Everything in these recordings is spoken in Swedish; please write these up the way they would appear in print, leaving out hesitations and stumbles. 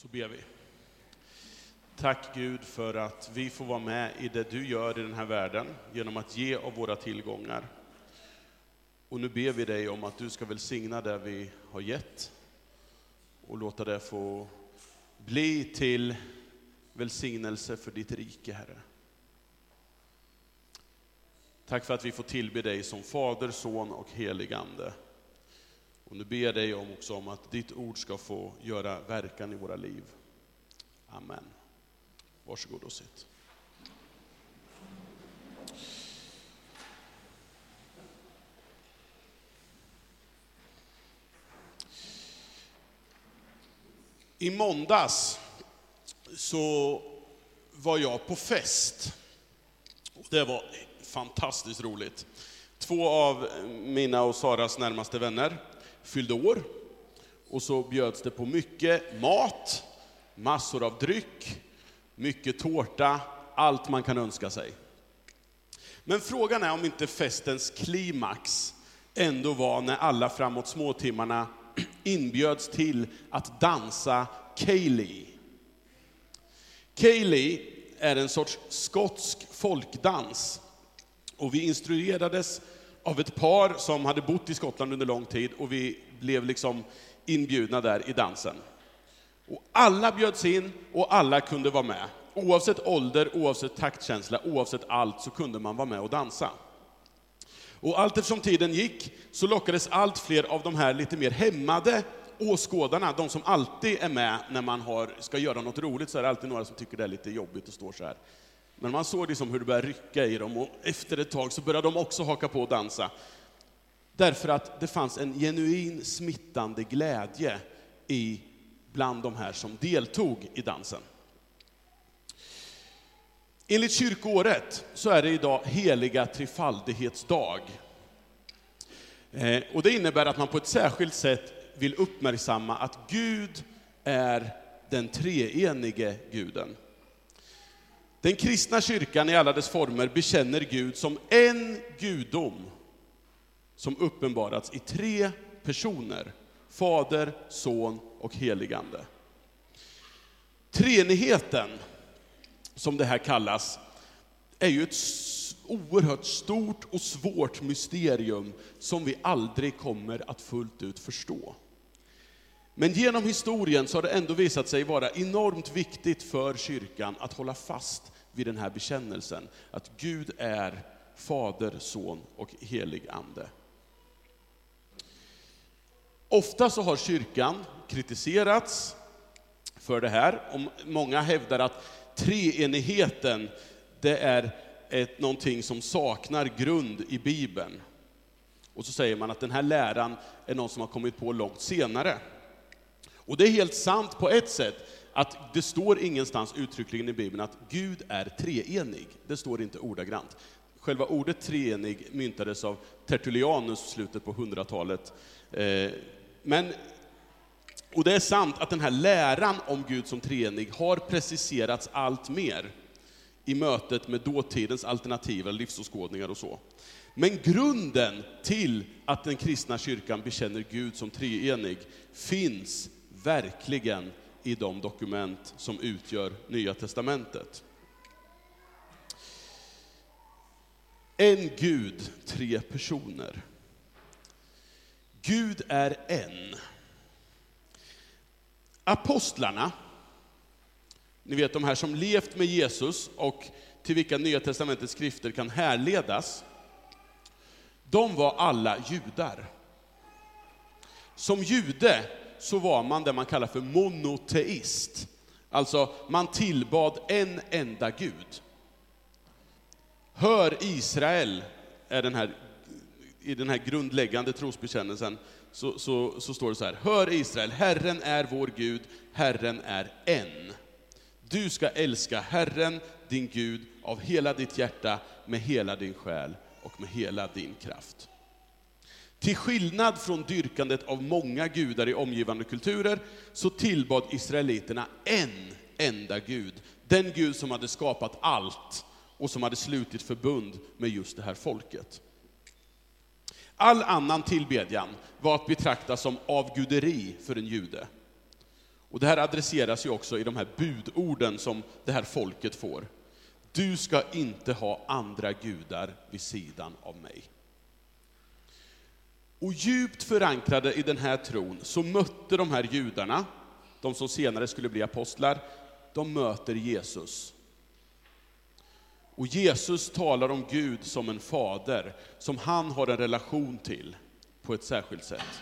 Så ber vi. Tack Gud för att vi får vara med i det du gör i den här världen genom att ge av våra tillgångar. Och nu ber vi dig om att du ska välsigna det vi har gett och låta det få bli till välsignelse för ditt rike, Herre. Tack för att vi får tillbe dig som Fader, Son och helig Ande. Och nu ber jag dig också om att ditt ord ska få göra verkan i våra liv. Amen. Varsågod och sitt. I måndags så var jag på fest. Och det var fantastiskt roligt. 2 av mina och Saras närmaste vänner fyllde år. Och så bjöds det på mycket mat, massor av dryck, mycket tårta, allt man kan önska sig. Men frågan är om inte festens klimax ändå var när alla framåt småtimmarna inbjöds till att dansa Ceilidh. Ceilidh är en sorts skotsk folkdans. Och vi instruerades av ett par som hade bott i Skottland under lång tid. Och vi blev liksom inbjudna där i dansen. Och alla bjöds in och alla kunde vara med. Oavsett ålder, oavsett taktkänsla, oavsett allt så kunde man vara med och dansa. Och allt eftersom tiden gick så lockades allt fler av de här lite mer hämmade åskådarna, de som alltid är med när man ska göra något roligt, så är det alltid några som tycker det är lite jobbigt att stå så här. Men man såg liksom hur det började rycka i dem och efter ett tag så började de också haka på och dansa. Därför att det fanns en genuin smittande glädje bland de här som deltog i dansen. Enligt kyrkoåret så är det idag heliga trefaldighetsdag. Och det innebär att man på ett särskilt sätt vill uppmärksamma att Gud är den treenige guden. Den kristna kyrkan i alla dess former bekänner Gud som en gudom som uppenbarats i 3 personer: Fader, Son och helig Ande. Treenigheten, som det här kallas, är ju ett oerhört stort och svårt mysterium som vi aldrig kommer att fullt ut förstå. Men genom historien så har det ändå visat sig vara enormt viktigt för kyrkan att hålla fast vid den här bekännelsen. Att Gud är Fader, Son och helig Ande. Ofta så har kyrkan kritiserats för det här. Och många hävdar att treenigheten, det är någonting som saknar grund i Bibeln. Och så säger man att den här läran är någon som har kommit på långt senare. Och det är helt sant på ett sätt, att det står ingenstans uttryckligen i Bibeln att Gud är treenig. Det står inte ordagrant. Själva ordet treenig myntades av Tertullianus i slutet på 100-talet. Och det är sant att den här läran om Gud som treenig har preciserats allt mer i mötet med dåtidens alternativa livsåskådningar och så. Men grunden till att den kristna kyrkan bekänner Gud som treenig finns verkligen i de dokument som utgör Nya testamentet. En Gud, 3 personer. Gud är en. Apostlarna, ni vet de här som levt med Jesus och till vilka Nya testamentets skrifter kan härledas, de var alla judar. Som jude så var man det man kallar för monoteist. Alltså man tillbad en enda Gud. Hör Israel är i den här grundläggande trosbekännelsen så står det så här: hör Israel, Herren är vår Gud, Herren är en. Du ska älska Herren, din Gud, av hela ditt hjärta, med hela din själ och med hela din kraft. Till skillnad från dyrkandet av många gudar i omgivande kulturer så tillbad israeliterna en enda Gud. Den Gud som hade skapat allt och som hade slutit förbund med just det här folket. All annan tillbedjan var att betrakta som avguderi för en jude. Och det här adresseras ju också i de här budorden som det här folket får. Du ska inte ha andra gudar vid sidan av mig. Och djupt förankrade i den här tron så mötte de här judarna, de som senare skulle bli apostlar, de möter Jesus. Och Jesus talar om Gud som en fader, som han har en relation till på ett särskilt sätt.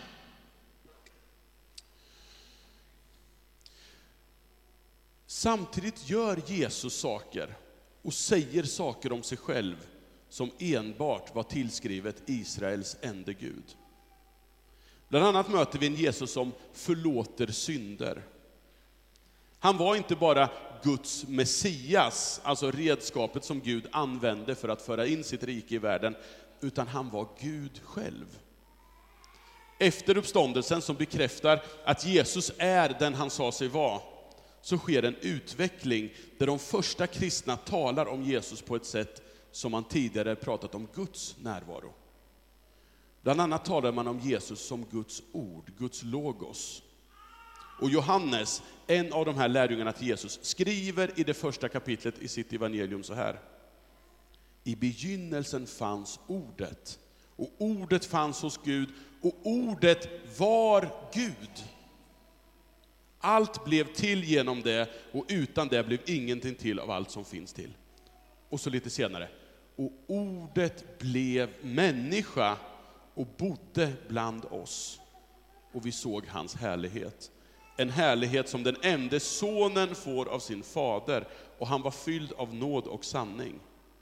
Samtidigt gör Jesus saker och säger saker om sig själv som enbart var tillskrivet Israels ende Gud. Bland annat möter vi en Jesus som förlåter synder. Han var inte bara Guds Messias, alltså redskapet som Gud använde för att föra in sitt rike i världen, utan han var Gud själv. Efter uppståndelsen, som bekräftar att Jesus är den han sa sig vara, så sker en utveckling där de första kristna talar om Jesus på ett sätt som man tidigare pratat om Guds närvaro. Bland annat talar man om Jesus som Guds ord, Guds logos. Och Johannes, en av de här lärjungarna till Jesus, skriver i det första kapitlet i sitt evangelium så här: i begynnelsen fanns ordet, och ordet fanns hos Gud, och ordet var Gud. Allt blev till genom det, och utan det blev ingenting till av allt som finns till. Och så lite senare: och ordet blev människa och bodde bland oss, och vi såg hans härlighet. En härlighet som den enda sonen får av sin fader, och han var fylld av nåd och sanning.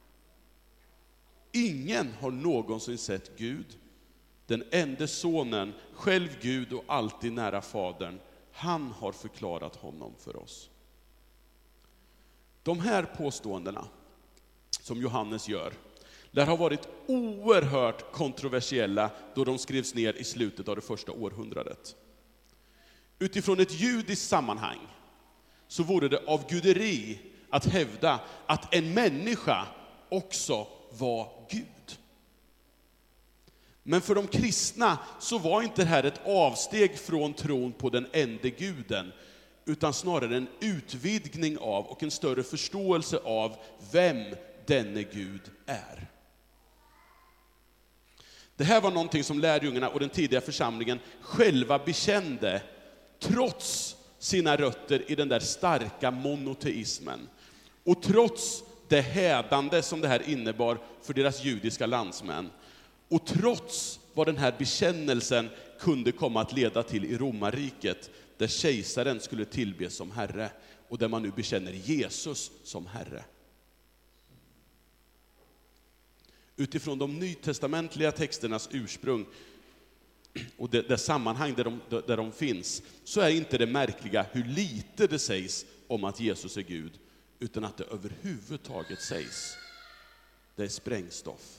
Ingen har någonsin sett Gud. Den enda sonen, själv Gud och alltid nära fadern, han har förklarat honom för oss. De här påståendena som Johannes gör lär ha varit oerhört kontroversiella då de skrevs ner i slutet av det första århundradet. Utifrån ett judiskt sammanhang så vore det avguderi att hävda att en människa också var Gud. Men för de kristna så var inte det här ett avsteg från tron på den ende guden, utan snarare en utvidgning av och en större förståelse av vem denne Gud är. Det här var någonting som lärjungarna och den tidiga församlingen själva bekände, trots sina rötter i den där starka monoteismen. Och trots det hädande som det här innebar för deras judiska landsmän. Och trots vad den här bekännelsen kunde komma att leda till i romarriket, där kejsaren skulle tillbes som herre, och där man nu bekänner Jesus som herre. Utifrån de nytestamentliga texternas ursprung och det sammanhang där de finns, så är inte det märkliga hur lite det sägs om att Jesus är Gud, utan att det överhuvudtaget sägs. Det är sprängstoff.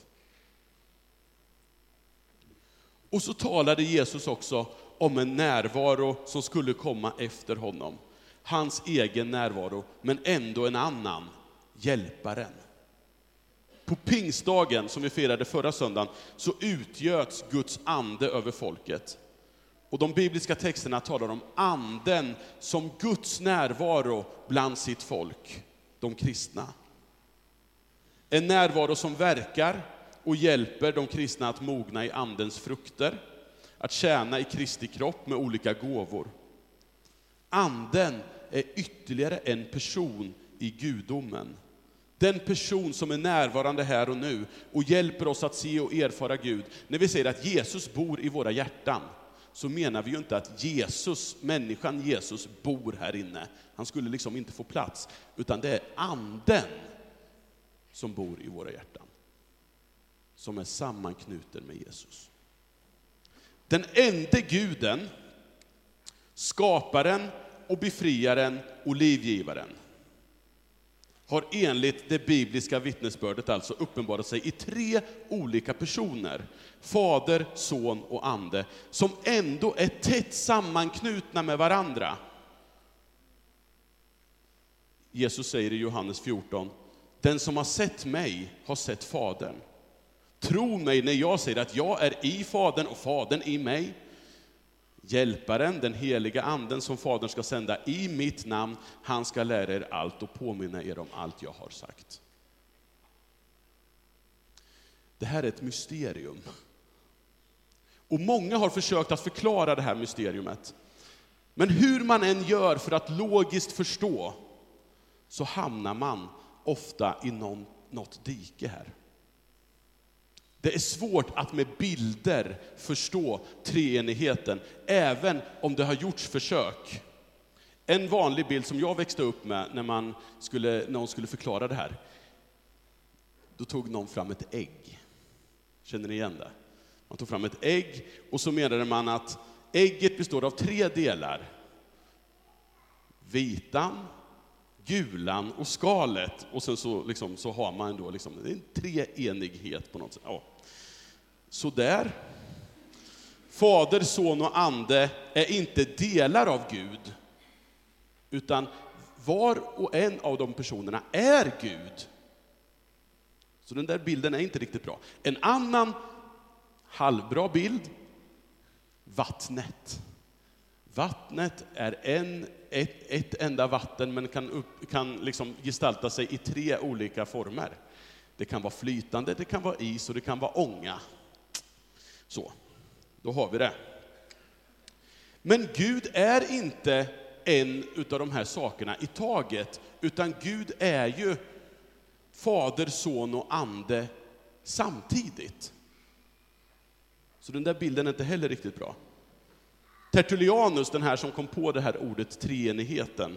Och så talade Jesus också om en närvaro som skulle komma efter honom. Hans egen närvaro, men ändå en annan, hjälparen. På pingstdagen, som vi firade förra söndagen, så utgöts Guds ande över folket. Och de bibliska texterna talar om anden som Guds närvaro bland sitt folk, de kristna. En närvaro som verkar och hjälper de kristna att mogna i andens frukter, att tjäna i Kristi kropp med olika gåvor. Anden är ytterligare en person i gudomen. Den person som är närvarande här och nu och hjälper oss att se och erfara Gud. När vi säger att Jesus bor i våra hjärtan, så menar vi ju inte att Jesus, människan Jesus, bor här inne. Han skulle liksom inte få plats, utan det är anden som bor i våra hjärtan, som är sammanknuten med Jesus. Den enda guden, skaparen och befriaren och livgivaren, har enligt det bibliska vittnesbördet alltså uppenbarat sig i 3 olika personer, fader, son och ande, som ändå är tätt sammanknutna med varandra. Jesus säger i Johannes 14: den som har sett mig har sett fadern. Tro mig när jag säger att jag är i fadern och fadern i mig. Hjälparen, den heliga anden som Fadern ska sända i mitt namn, han ska lära er allt och påminna er om allt jag har sagt. Det här är ett mysterium. Och många har försökt att förklara det här mysteriumet. Men hur man än gör för att logiskt förstå, så hamnar man ofta i något dike här. Det är svårt att med bilder förstå treenigheten, även om det har gjorts försök. En vanlig bild som jag växte upp med när någon skulle förklara det här, då tog någon fram ett ägg. Känner ni igen det? Man tog fram ett ägg och så menade man att ägget består av 3 delar. Vitan, gulan och skalet. Och sen så har man då det är en treenighet på något sätt. Ja. Så där. Fader, son och ande är inte delar av Gud, utan var och en av de personerna är Gud. Så den där bilden är inte riktigt bra. En annan halvbra bild, vattnet. Vattnet är ett enda vatten, men kan gestalta sig i 3 olika former. Det kan vara flytande, det kan vara is och det kan vara ånga. Så, då har vi det. Men Gud är inte en utav de här sakerna i taget, utan Gud är ju Fader, son och ande samtidigt. Så den där bilden är inte heller riktigt bra. Tertullianus, den här som kom på det här ordet treenigheten,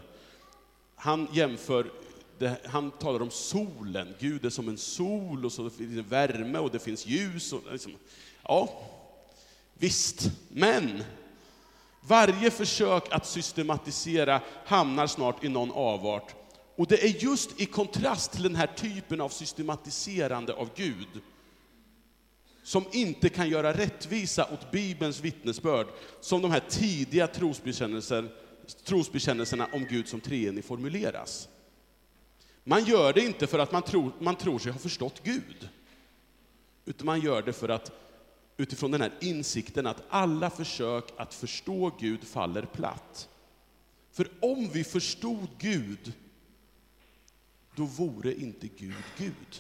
han talar om solen. Gud är som en sol, och så finns det värme och det finns ljus. Och ja, visst. Men varje försök att systematisera hamnar snart i någon avart. Och det är just i kontrast till den här typen av systematiserande av Gud, som inte kan göra rättvisa åt Bibelns vittnesbörd, som de här tidiga trosbekännelserna om Gud som treenig formuleras. Man gör det inte för att man tror sig ha förstått Gud, utan man gör det för att utifrån den här insikten att alla försök att förstå Gud faller platt. För om vi förstod Gud, då vore inte Gud Gud.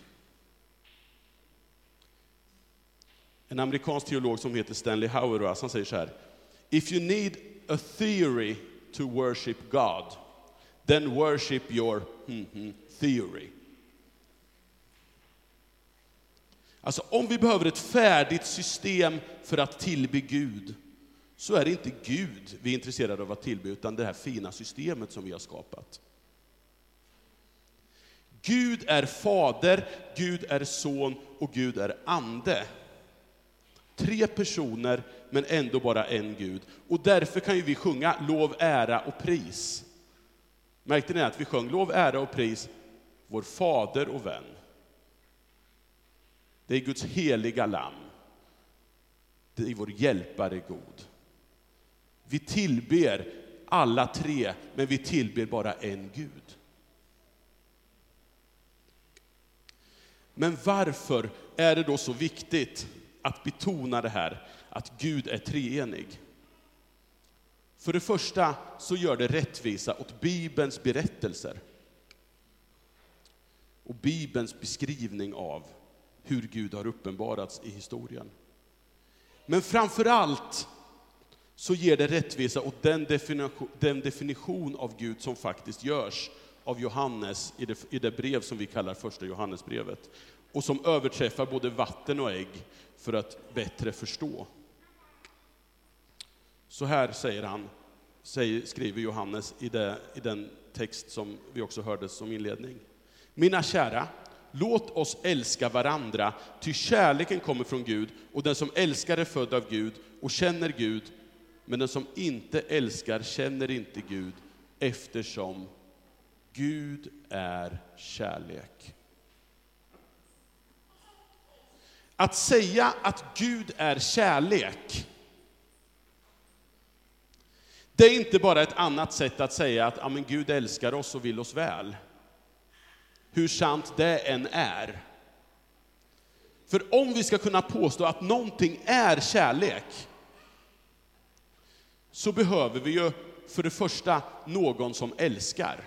En amerikansk teolog som heter Stanley Hauerwas, han säger så här: If you need a theory to worship God, then worship your theory. Alltså, om vi behöver ett färdigt system för att tillbe Gud, så är det inte Gud vi är intresserade av att tillbe, utan det här fina systemet som vi har skapat. Gud är fader, Gud är son och Gud är ande. 3 personer, men ändå bara en Gud. Och därför kan ju vi sjunga lov, ära och pris. Märkte ni att vi sjöng lov, ära och pris, vår fader och vän? Det är Guds heliga lamm. Det är vår hjälpare god. Vi tillber alla 3, men vi tillber bara en Gud. Men varför är det då så viktigt att betona det här, att Gud är treenig? För det första så gör det rättvisa åt Bibelns berättelser och Bibelns beskrivning av hur Gud har uppenbarats i historien. Men framför allt så ger det rättvisa åt den definition av Gud som faktiskt görs av Johannes i det brev som vi kallar första Johannesbrevet, och som överträffar både vatten och ägg för att bättre förstå. Så här skriver Johannes i den text som vi också hörde som inledning. Mina kära, låt oss älska varandra, ty kärleken kommer från Gud, och den som älskar är född av Gud och känner Gud, men den som inte älskar känner inte Gud, eftersom Gud är kärlek. Att säga att Gud är kärlek, det är inte bara ett annat sätt att säga att men Gud älskar oss och vill oss väl. Hur sant det än är. För om vi ska kunna påstå att någonting är kärlek, så behöver vi ju för det första någon som älskar.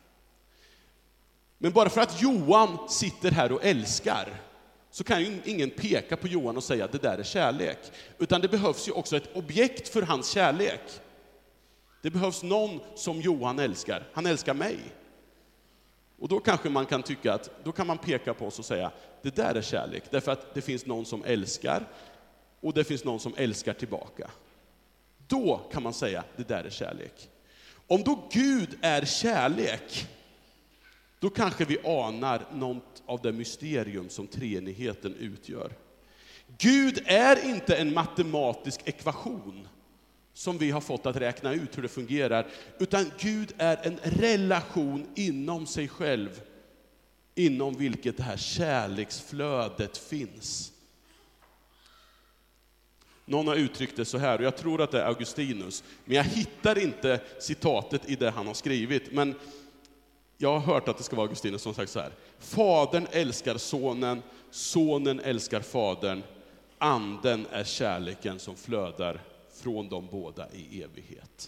Men bara för att Johan sitter här och älskar så kan ju ingen peka på Johan och säga att det där är kärlek. Utan det behövs ju också ett objekt för hans kärlek. Det behövs någon som Johan älskar. Han älskar mig. Och då kanske man kan tycka att, då kan man peka på oss och säga, det där är kärlek. Därför att det finns någon som älskar och det finns någon som älskar tillbaka. Då kan man säga, det där är kärlek. Om då Gud är kärlek, då kanske vi anar något av det mysterium som treenigheten utgör. Gud är inte en matematisk ekvation som vi har fått att räkna ut hur det fungerar, utan Gud är en relation inom sig själv, inom vilket det här kärleksflödet finns. Någon har uttryckt det så här, och jag tror att det är Augustinus, men jag hittar inte citatet i det han har skrivit, men jag har hört att det ska vara Augustinus som sagt så här: Fadern älskar sonen, sonen älskar fadern, anden är kärleken som flödar från de båda i evighet.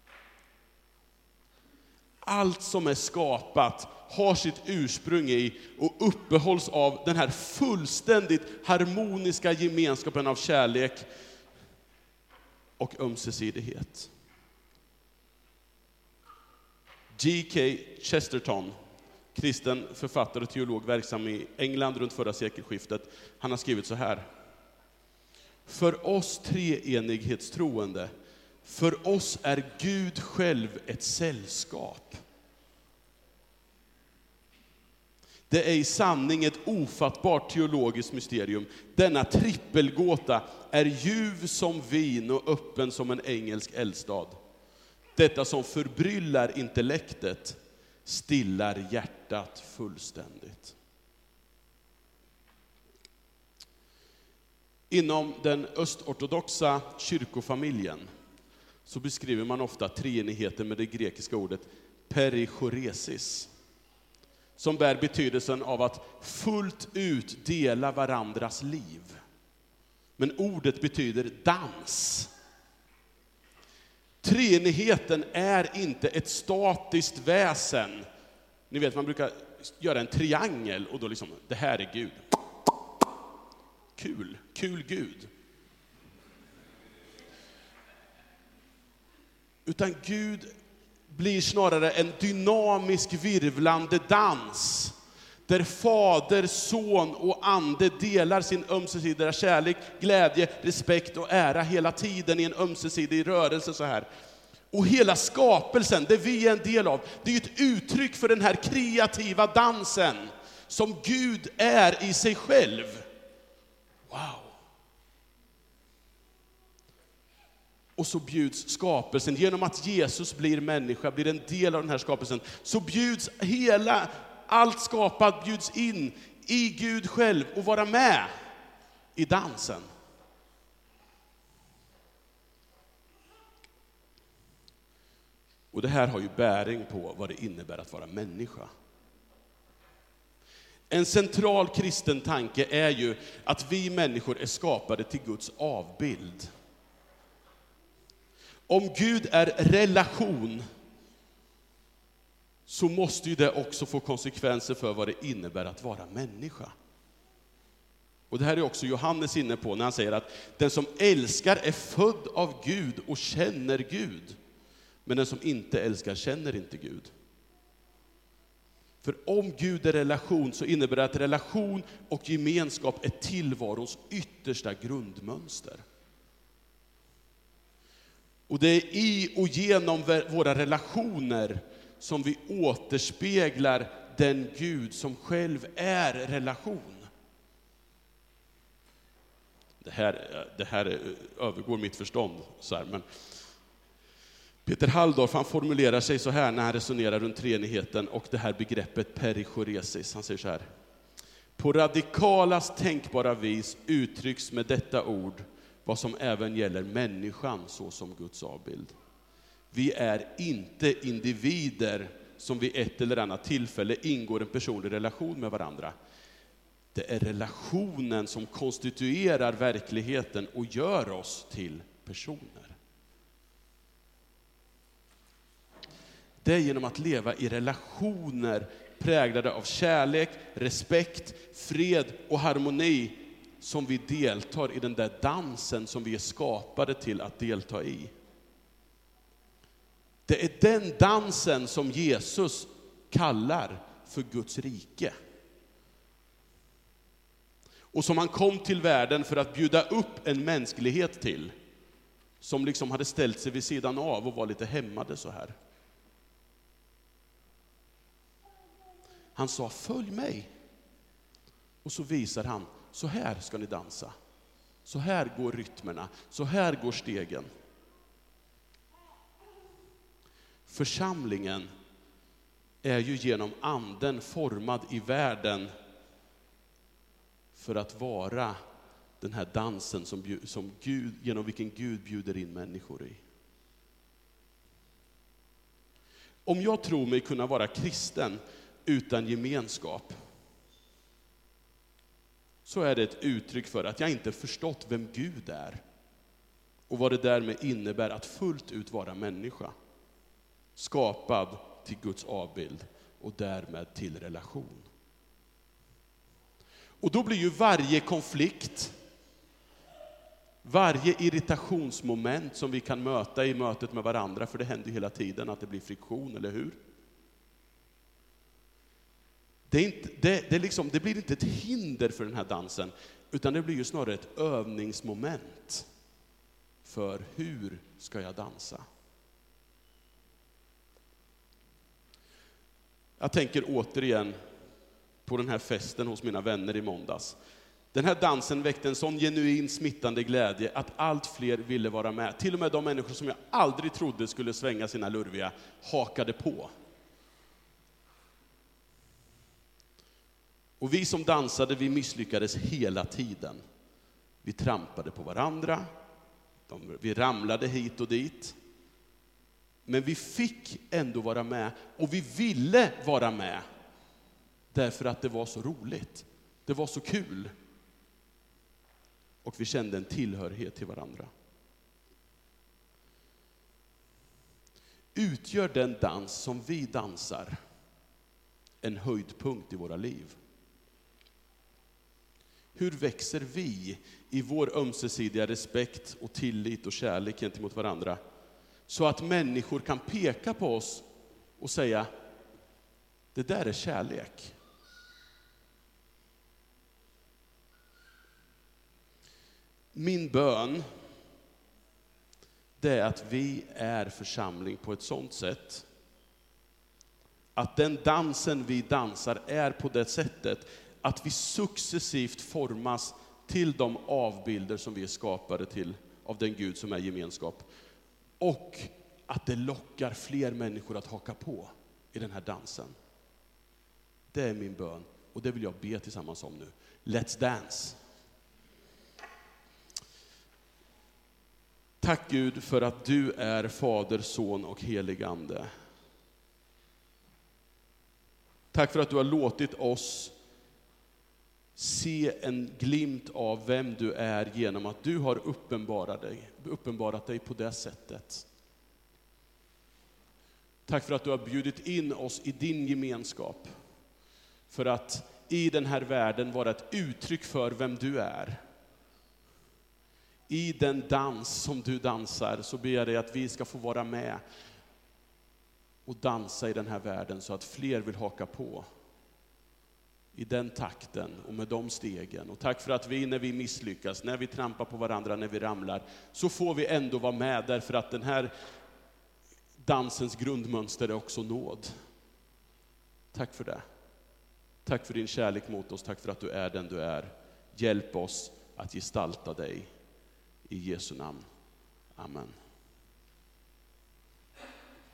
Allt som är skapat har sitt ursprung i och uppehålls av den här fullständigt harmoniska gemenskapen av kärlek och ömsesidighet. G.K. Chesterton, kristen författare och teolog verksam i England runt förra sekelskiftet, han har skrivit så här: för oss treenighetstroende, för oss är Gud själv ett sällskap. Det är i sanning ett ofattbart teologiskt mysterium. Denna trippelgåta är ljuv som vin och öppen som en engelsk eldstad. Detta som förbryllar intellektet stillar hjärtat fullständigt. Inom den östortodoxa kyrkofamiljen så beskriver man ofta treenigheten med det grekiska ordet perichoresis, som bär betydelsen av att fullt ut dela varandras liv. Men ordet betyder dans. Treenigheten är inte ett statiskt väsen. Ni vet, man brukar göra en triangel och då liksom, det här är Gud. Kul Gud. Utan Gud blir snarare en dynamisk virvlande dans där fader, son och ande delar sin ömsesidiga kärlek, glädje, respekt och ära hela tiden i en ömsesidig rörelse så här. Och hela skapelsen, det vi är en del av, det är ett uttryck för den här kreativa dansen som Gud är i sig själv. Wow. Och så bjuds skapelsen, genom att Jesus blir människa, blir en del av den här skapelsen, så bjuds allt skapat bjuds in i Gud själv och vara med i dansen. Och det här har ju bäring på vad det innebär att vara människa. En central kristen tanke är ju att vi människor är skapade till Guds avbild. Om Gud är relation så måste ju det också få konsekvenser för vad det innebär att vara människa. Och det här är också Johannes inne på när han säger att den som älskar är född av Gud och känner Gud. Men den som inte älskar känner inte Gud. För om Gud är relation så innebär det att relation och gemenskap är tillvarons yttersta grundmönster. Och det är i och genom våra relationer som vi återspeglar den Gud som själv är relation. Det här övergår mitt förstånd så här, men Peter Halldorf, han formulerar sig så här när han resonerar runt treenigheten och det här begreppet perichoresis. Han säger så här: på radikalast tänkbara vis uttrycks med detta ord vad som även gäller människan så som Guds avbild. Vi är inte individer som vid ett eller annat tillfälle ingår en personlig relation med varandra. Det är relationen som konstituerar verkligheten och gör oss till personer. Det är genom att leva i relationer präglade av kärlek, respekt, fred och harmoni som vi deltar i den där dansen som vi är skapade till att delta i. Det är den dansen som Jesus kallar för Guds rike. Och som han kom till världen för att bjuda upp en mänsklighet till. Som liksom hade ställt sig vid sidan av och var lite hämmade så här. Han sa, följ mig. Och så visar han, så här ska ni dansa. Så här går rytmerna, så här går stegen. Församlingen är ju genom anden formad i världen för att vara den här dansen som Gud, genom vilken Gud bjuder in människor i. Om jag tror mig kunna vara kristen utan gemenskap, så är det ett uttryck för att jag inte förstått vem Gud är och vad det därmed innebär att fullt ut vara människa, skapad till Guds avbild och därmed till relation. Och då blir ju varje konflikt, varje irritationsmoment som vi kan möta i mötet med varandra, för det händer ju hela tiden att det blir friktion, eller hur? Det blir inte ett hinder för den här dansen, utan det blir ju snarare ett övningsmoment för hur ska jag dansa. Jag tänker återigen på den här festen hos mina vänner i måndags. Den här dansen väckte en sån genuin smittande glädje att allt fler ville vara med. Till och med de människor som jag aldrig trodde skulle svänga sina lurviga hakade på. Och vi som dansade, vi misslyckades hela tiden. Vi trampade på varandra, vi ramlade hit och dit. Men vi fick ändå vara med, och vi ville vara med. Därför att det var så roligt, det var så kul. Och vi kände en tillhörighet till varandra. Utgör den dans som vi dansar en höjdpunkt i våra liv? Hur växer vi i vår ömsesidiga respekt och tillit och kärlek gentemot varandra, så att människor kan peka på oss och säga, det där är kärlek. Min bön, det är att vi är församling på ett sådant sätt att den dansen vi dansar är på det sättet att vi successivt formas till de avbilder som vi är skapade till av den Gud som är gemenskap. Och att det lockar fler människor att haka på i den här dansen. Det är min bön, och det vill jag be tillsammans om nu. Let's dance! Tack Gud för att du är Fader, Son och helig Ande. Tack för att du har låtit oss se en glimt av vem du är genom att du har uppenbarat dig på det sättet. Tack för att du har bjudit in oss i din gemenskap. För att i den här världen vara ett uttryck för vem du är. I den dans som du dansar så ber jag dig att vi ska få vara med och dansa i den här världen så att fler vill haka på. I den takten och med de stegen. Och tack för att vi, när vi misslyckas, när vi trampar på varandra, när vi ramlar, så får vi ändå vara med, därför att den här dansens grundmönster är också nåd. Tack för det. Tack för din kärlek mot oss. Tack för att du är den du är. Hjälp oss att gestalta dig. I Jesu namn. Amen.